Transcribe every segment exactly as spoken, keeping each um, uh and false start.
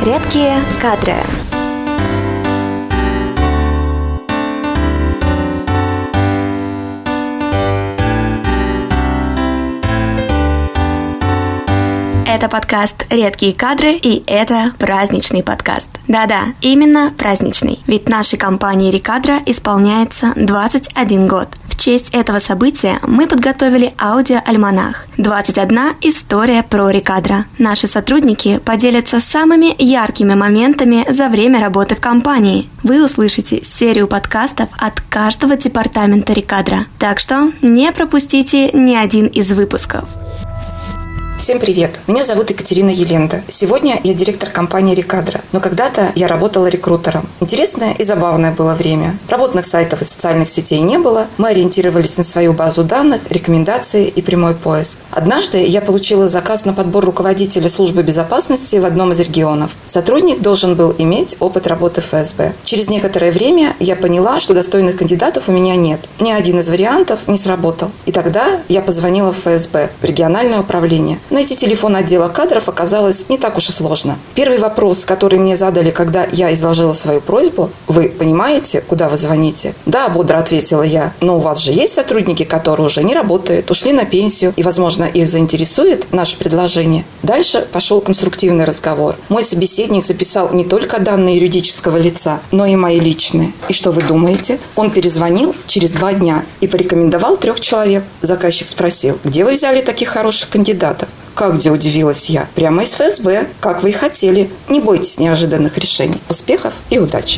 Редкие кадры. Это подкаст «Редкие кадры», и это праздничный подкаст. Да-да, именно праздничный, ведь нашей компании «Рикадра» исполняется двадцать один год. В честь этого события мы подготовили аудиоальманах «двадцать одна история про Рикадра». Наши сотрудники поделятся самыми яркими моментами за время работы в компании. Вы услышите серию подкастов от каждого департамента Рикадра. Так что не пропустите ни один из выпусков. Всем привет! Меня зовут Екатерина Еленда. Сегодня я директор компании «Рикадра», но когда-то я работала рекрутером. Интересное и забавное было время. Работных сайтов и социальных сетей не было. Мы ориентировались на свою базу данных, рекомендации и прямой поиск. Однажды я получила заказ на подбор руководителя службы безопасности в одном из регионов. Сотрудник должен был иметь опыт работы в эф эс бэ. Через некоторое время я поняла, что достойных кандидатов у меня нет. Ни один из вариантов не сработал. И тогда я позвонила в эф эс бэ, в региональное управление. Найти телефон отдела кадров оказалось не так уж и сложно. Первый вопрос, который мне задали, когда я изложила свою просьбу: «Вы понимаете, куда вы звоните?» «Да», – бодро ответила я. «Но у вас же есть сотрудники, которые уже не работают, ушли на пенсию, и, возможно, их заинтересует наше предложение?» Дальше пошел конструктивный разговор. Мой собеседник записал не только данные юридического лица, но и мои личные. И что вы думаете? Он перезвонил через два дня и порекомендовал трех человек. Заказчик спросил: «Где вы взяли таких хороших кандидатов?» «Как где?» – удивилась я. «Прямо из эф эс бэ, как вы и хотели. Не бойтесь неожиданных решений. Успехов и удачи!»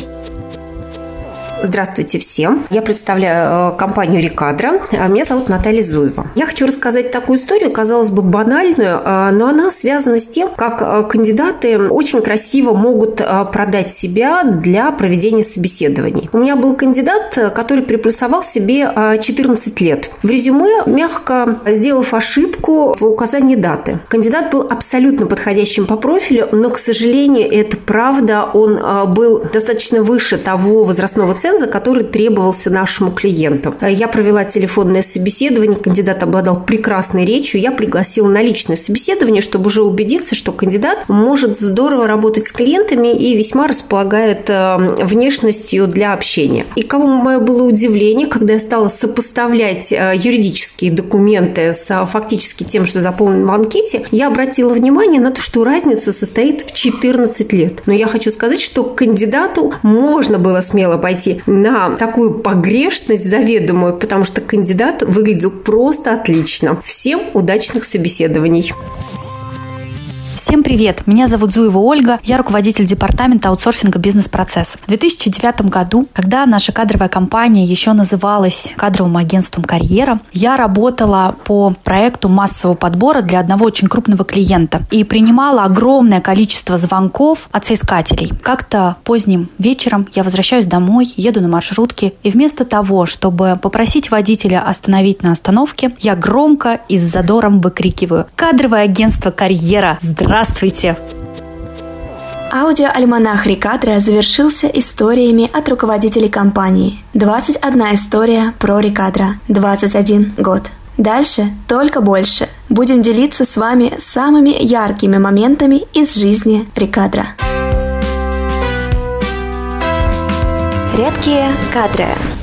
Здравствуйте всем. Я представляю компанию «Рикадра». Меня зовут Наталья Зуева. Я хочу рассказать такую историю, казалось бы, банальную, но она связана с тем, как кандидаты очень красиво могут продать себя для проведения собеседований. У меня был кандидат, который приплюсовал себе четырнадцать лет. В резюме, мягко сделав ошибку в указании даты. Кандидат был абсолютно подходящим по профилю, но, к сожалению, это правда, он был достаточно выше того возрастного ценза, который требовался нашему клиенту. Я провела телефонное собеседование, кандидат обладал прекрасной речью, я пригласила на личное собеседование, чтобы уже убедиться, что кандидат может здорово работать с клиентами и весьма располагает внешностью для общения. И кого мое было удивление, когда я стала сопоставлять юридические документы с фактически тем, что заполнено в анкете, я обратила внимание на то, что разница состоит в четырнадцать лет. Но я хочу сказать, что кандидату можно было смело пойти на такую погрешность заведомую, потому что кандидат выглядел просто отлично. Всем удачных собеседований! Всем привет! Меня зовут Зуева Ольга, я руководитель департамента аутсорсинга бизнес-процессов. В две тысячи девятом году, когда наша кадровая компания еще называлась кадровым агентством «Карьера», я работала по проекту массового подбора для одного очень крупного клиента и принимала огромное количество звонков от соискателей. Как-то поздним вечером я возвращаюсь домой, еду на маршрутке, и вместо того, чтобы попросить водителя остановить на остановке, я громко и с задором выкрикиваю: «Кадровое агентство «Карьера», здравствуйте!» Аудиоальманах «Рикадра» завершился историями от руководителей компании. двадцать одна история про Рикадра. двадцать один год. Дальше только больше. Будем делиться с вами самыми яркими моментами из жизни Рикадра. Редкие кадры.